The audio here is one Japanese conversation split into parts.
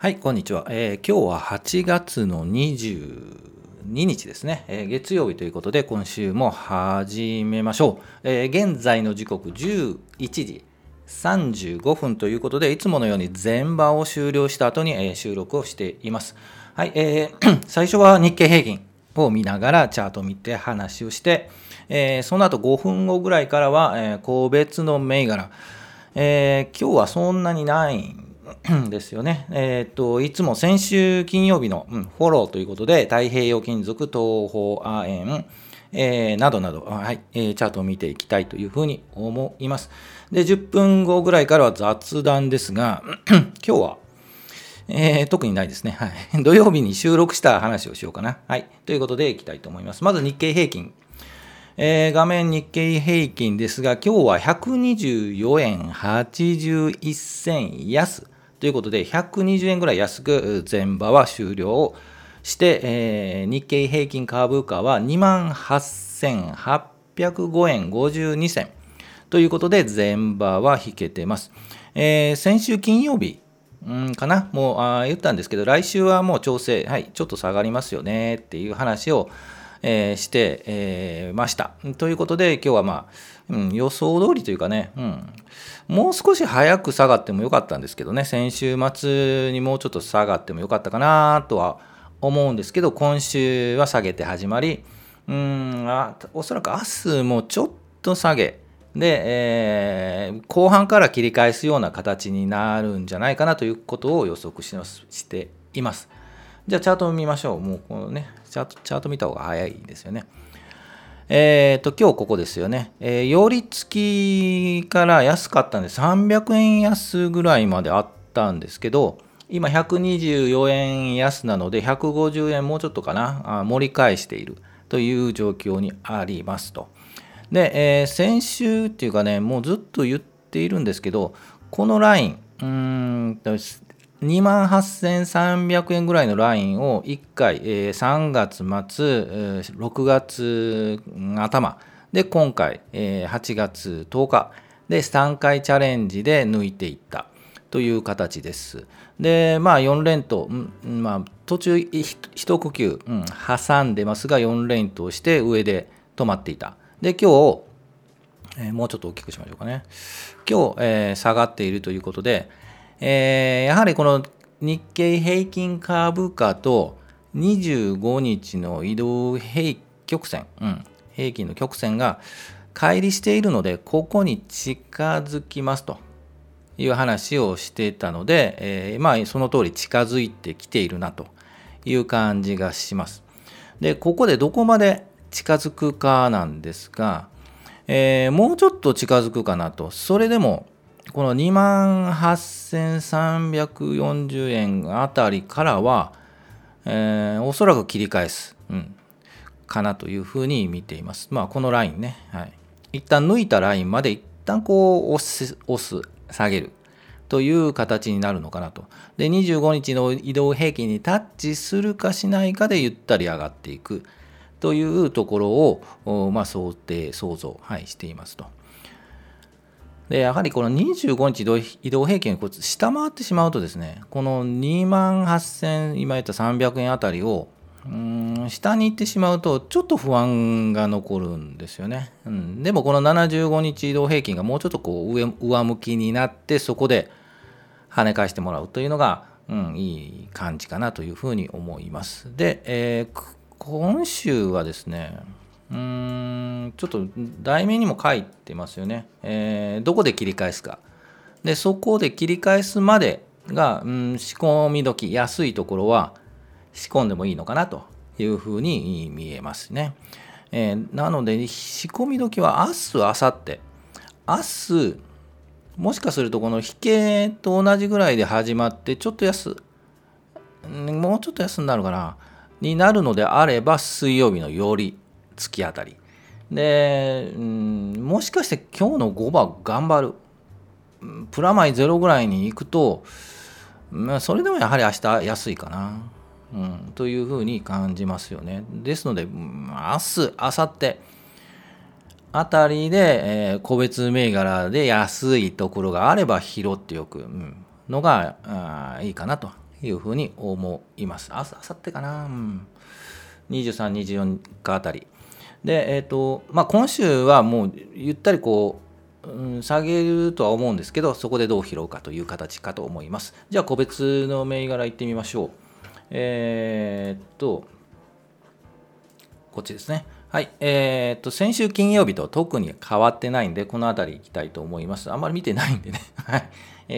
はい、こんにちは。今日は8月の22日ですね、月曜日ということで、今週も始めましょう。現在の時刻11時35分ということで、いつものように前場を終了した後に、収録をしています。はい、最初は日経平均を見ながらチャートを見て話をして、その後5分後ぐらいからは、個別の銘柄、今日はそんなにないんですよね。いつも先週金曜日の、フォローということで、太平洋金属、東方亜鉛、などなど、はいチャートを見ていきたいというふうに思います。で、10分後ぐらいからは雑談ですが、今日は、特にないですね。はい。土曜日に収録した話をしようかな。はい。ということでいきたいと思います。まず日経平均。画面日経平均ですが、今日は124円81銭安ということで、120円ぐらい安く前場は終了して、日経平均株価は28,805円52銭ということで、前場は引けてます。先週金曜日かな、もう言ったんですけど、来週はもう調整、はい、ちょっと下がりますよねっていう話をして、ました。ということで、今日は予想通りというかね、もう少し早く下がってもよかったんですけどね、先週末にもうちょっと下がってもよかったかなとは思うんですけど、今週は下げて始まり、おそらく明日もちょっと下げで、後半から切り返すような形になるんじゃないかなということを予測しています。じゃあチャートを見ましょう。もうこのね、チャート見た方が早いですよね。今日ここですよね。寄り付きから安かったんで、300円安ぐらいまであったんですけど、今124円安なので、150円もうちょっとかな、盛り返しているという状況にありますと。で、先週っていうかね、もうずっと言っているんですけど、このライン、28,300円ぐらいのラインを1回、3月末、6月頭で今回、8月10日で3回チャレンジで抜いていったという形です。で、4連投、途中一呼吸、挟んでますが4連投して上で止まっていた。で、今日、もうちょっと大きくしましょうかね。今日、下がっているということで、やはりこの日経平均株価と25日の移動平曲線、平均の曲線が乖離しているので、ここに近づきますという話をしていたので、その通り近づいてきているなという感じがします。で、ここでどこまで近づくかなんですが、もうちょっと近づくかなと。それでもこの28,340円あたりからは、おそらく切り返す、かなというふうに見ています。このラインね、一旦抜いたラインまで一旦こう押す、下げるという形になるのかなと。で、25日の移動平均にタッチするかしないかでゆったり上がっていくというところを、想像、していますと。で、やはりこの25日移動平均を下回ってしまうとですね、この28,000、今言った300円あたりを下に行ってしまうとちょっと不安が残るんですよね。でもこの75日移動平均がもうちょっとこう上向きになってそこで跳ね返してもらうというのが、いい感じかなというふうに思います。で、今週はですね、ちょっと題名にも書いてますよね。どこで切り返すか。で、そこで切り返すまでが、仕込み時、安いところは仕込んでもいいのかなというふうに見えますね。なので、仕込み時は明日、明後日。明日、もしかするとこの引けと同じぐらいで始まって、もうちょっと安になるかな、になるのであれば、水曜日の寄り月あたりで、もしかして今日の5番頑張るプラマイゼロぐらいに行くと、それでもやはり明日安いかな、というふうに感じますよね。ですので、明日明後日あたりで、個別銘柄で安いところがあれば拾っておくのがいいかなというふうに思います。あさってかな、23、24かあたり。で、今週はもうゆったり下げるとは思うんですけど、そこでどう拾うかという形かと思います。じゃあ個別の銘柄いってみましょう。こっちですね。はい。先週金曜日と特に変わってないんで、この辺り行きたいと思います。あんまり見てないんでね。はい。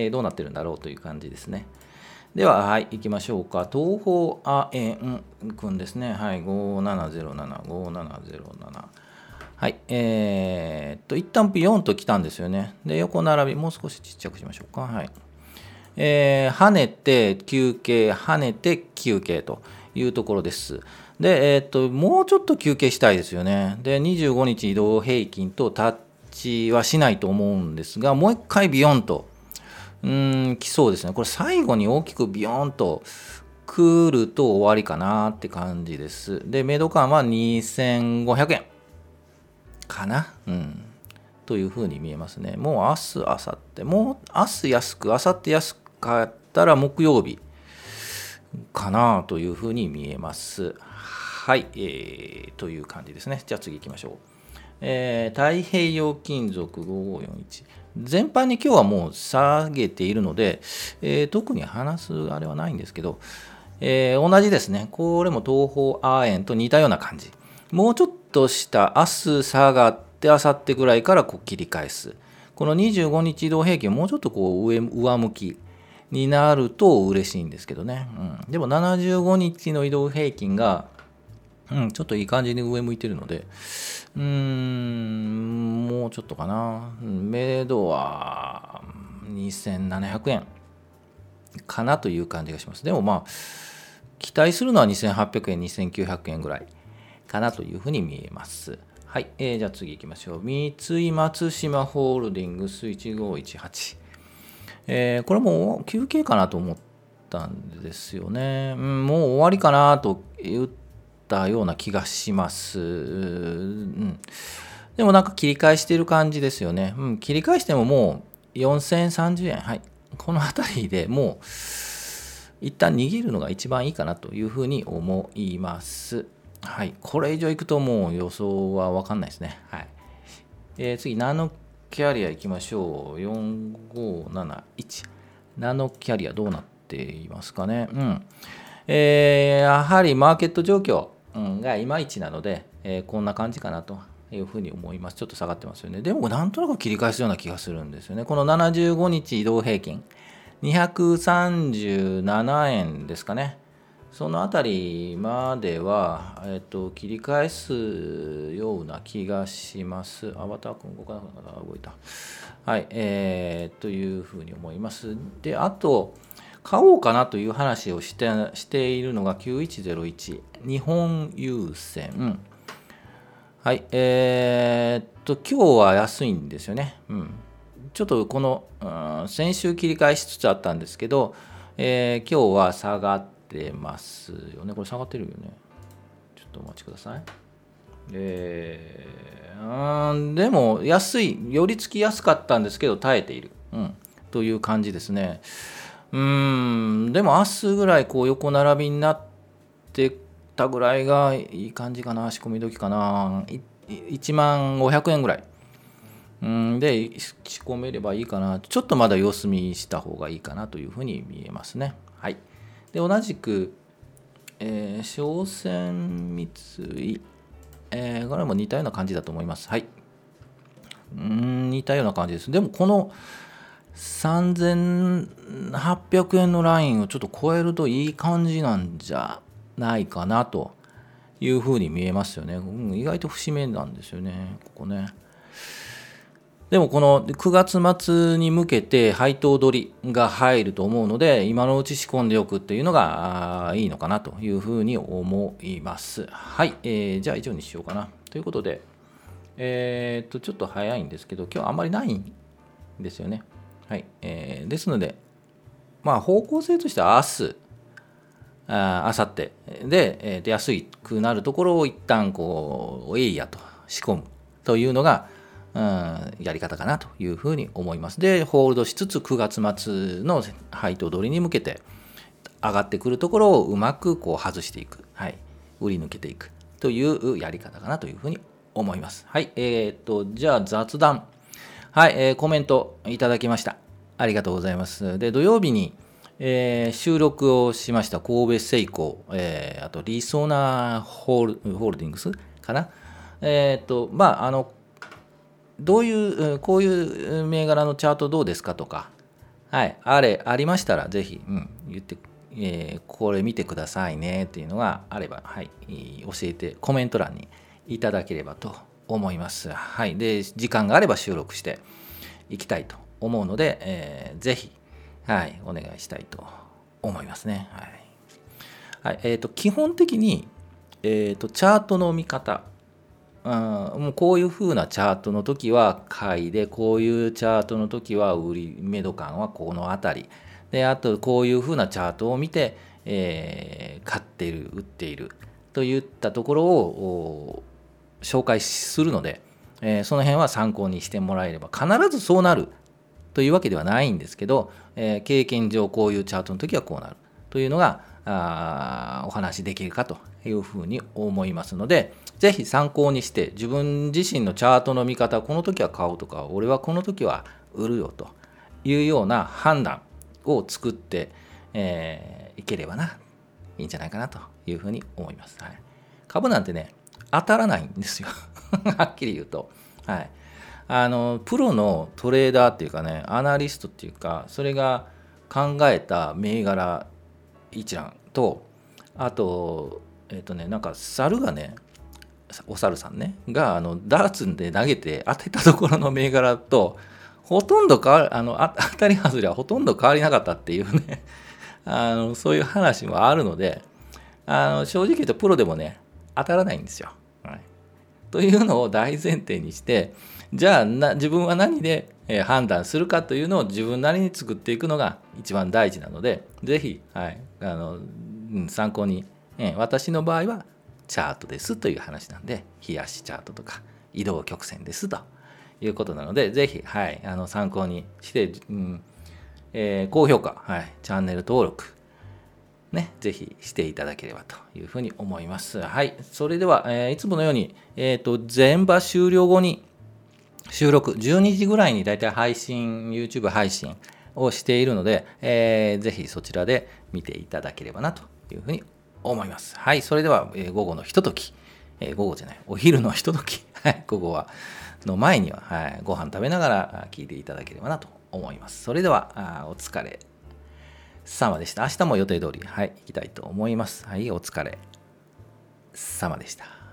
どうなってるんだろうという感じですね。では、はい、行きましょうか。東方亜鉛くんですね。はい。5707、5707。はい。一旦ビヨンと来たんですよね。で、横並び、もう少しちっちゃくしましょうか。はい。跳ねて休憩、跳ねて休憩というところです。で、もうちょっと休憩したいですよね。で、25日移動平均とタッチはしないと思うんですが、もう一回ビヨンと、来そうですね。これ最後に大きくビヨンと来ると終わりかなって感じです。で、メイド感は2500円かな。というふうに見えますね。もう明日、明後日、もう明日安く、明後日安かったら木曜日かなというふうに見えます。はい、という感じですね。じゃあ次行きましょう。太平洋金属5541。全般に今日はもう下げているので、特に話すあれはないんですけど、同じですね。これも東方亜鉛と似たような感じ。もうちょっとした明日下がって、明後日ぐらいから切り返す。この25日移動平均もうちょっと上向きになると嬉しいんですけどね。でも75日の移動平均が、ちょっといい感じに上向いてるので、もうちょっとかな。メドは2700円かなという感じがします。でも期待するのは2800円、2900円ぐらいかなというふうに見えます。はい、じゃあ次行きましょう。三井松島ホールディングス1518。これも休憩かなと思ったんですよね。もう終わりかなと言ったような気がします。でもなんか切り返している感じですよね。切り返してももう4030円。はい。この辺りでもう一旦逃げるのが一番いいかなというふうに思います。はい。これ以上いくともう予想は分かんないですね。はい。次、ナノキャリアいきましょう。4571。ナノキャリアどうなっていますかね。やはりマーケット状況がいまいちなので、こんな感じかなというふうに思います。ちょっと下がってますよね。でもなんとなく切り返すような気がするんですよね。この75日移動平均。237円ですかね。そのあたりまでは、切り返すような気がします。アバター君動かなくなったら動いた。はい、というふうに思います。で、あと、買おうかなという話をしているのが9101、日本郵船。はい、今日は安いんですよね。ちょっとこの、先週切り返しつつあったんですけど、今日は下がってますよね。これ下がってるよね。ちょっとお待ちください。でも安い、寄り付きやすかったんですけど耐えている、という感じですね。でも明日ぐらい横並びになってたぐらいがいい感じかな。仕込み時かな。1万500円ぐらい。で仕込めればいいかな。ちょっとまだ様子見した方がいいかなというふうに見えますね。はい。で同じく、商船三井、これも似たような感じだと思います。はい。似たような感じです。でもこの3800円のラインをちょっと超えるといい感じなんじゃないかなというふうに見えますよね。意外と節目なんですよね、ここね。でもこの9月末に向けて配当取りが入ると思うので、今のうち仕込んでおくっていうのがいいのかなというふうに思います。はい、じゃあ以上にしようかな。ということで、ちょっと早いんですけど、今日あんまりないんですよね。はい、ですので、方向性としては明日、明後日で、安くなるところを一旦エイヤと仕込むというのが、やり方かなというふうに思います。で、ホールドしつつ9月末の配当取りに向けて上がってくるところをうまくこう外していく、はい、売り抜けていくというやり方かなというふうに思います。はい、じゃあ雑談、はい、コメントいただきました。ありがとうございます。で、土曜日に、収録をしました神戸セイコー、あとリソナホールディングスかな。どういう、こういう銘柄のチャートどうですかとか、はい、ありましたら、ぜひ、言って、これ見てくださいねっていうのがあれば、はい、教えて、コメント欄にいただければと思います。はい、で、時間があれば収録していきたいと思うので、ぜひ、はい、お願いしたいと思いますね。はい。はい、基本的に、チャートの見方、もうこういう風なチャートの時は買いで、こういうチャートの時は売り、目処感はこのあたり。で、あとこういう風なチャートを見て、買っている、売っているといったところを紹介するので、その辺は参考にしてもらえれば、必ずそうなるというわけではないんですけど、経験上こういうチャートの時はこうなるというのがお話しできるかというふうに思いますので、ぜひ参考にして自分自身のチャートの見方、この時は買うとか、俺はこの時は売るよというような判断を作って、いければいいんじゃないかなというふうに思います。はい、株なんてね、当たらないんですよはっきり言うと。はい、プロのトレーダーっていうかね、アナリストっていうか、それが考えた銘柄一覧と、あとなんか猿がね、お猿さんねがダーツで投げて当てたところの銘柄とほとんど当たり外れはほとんど変わりなかったっていうねそういう話もあるので、正直言うとプロでもね当たらないんですよ。はい、というのを大前提にして、じゃあ自分は何で判断するかというのを自分なりに作っていくのが一番大事なので、ぜひ、はい、参考に、私の場合はチャートですという話なんで、日足チャートとか移動曲線ですということなので、ぜひ、はい、参考にして、高評価、はい、チャンネル登録ね、ぜひしていただければというふうに思います。はい、それでは、いつものように、前場終了後に収録、12時ぐらいにだいたいYouTube 配信をしているので、ぜひそちらで見ていただければなというふうに思います。はい、それでは、午後のひととき、午後じゃない、お昼のひととき、はい、午後はの前には、はい、ご飯食べながら聞いていただければなと思います。それでは、お疲れ様でした。明日も予定通り、はい、行きたいと思います。はい、お疲れ様でした。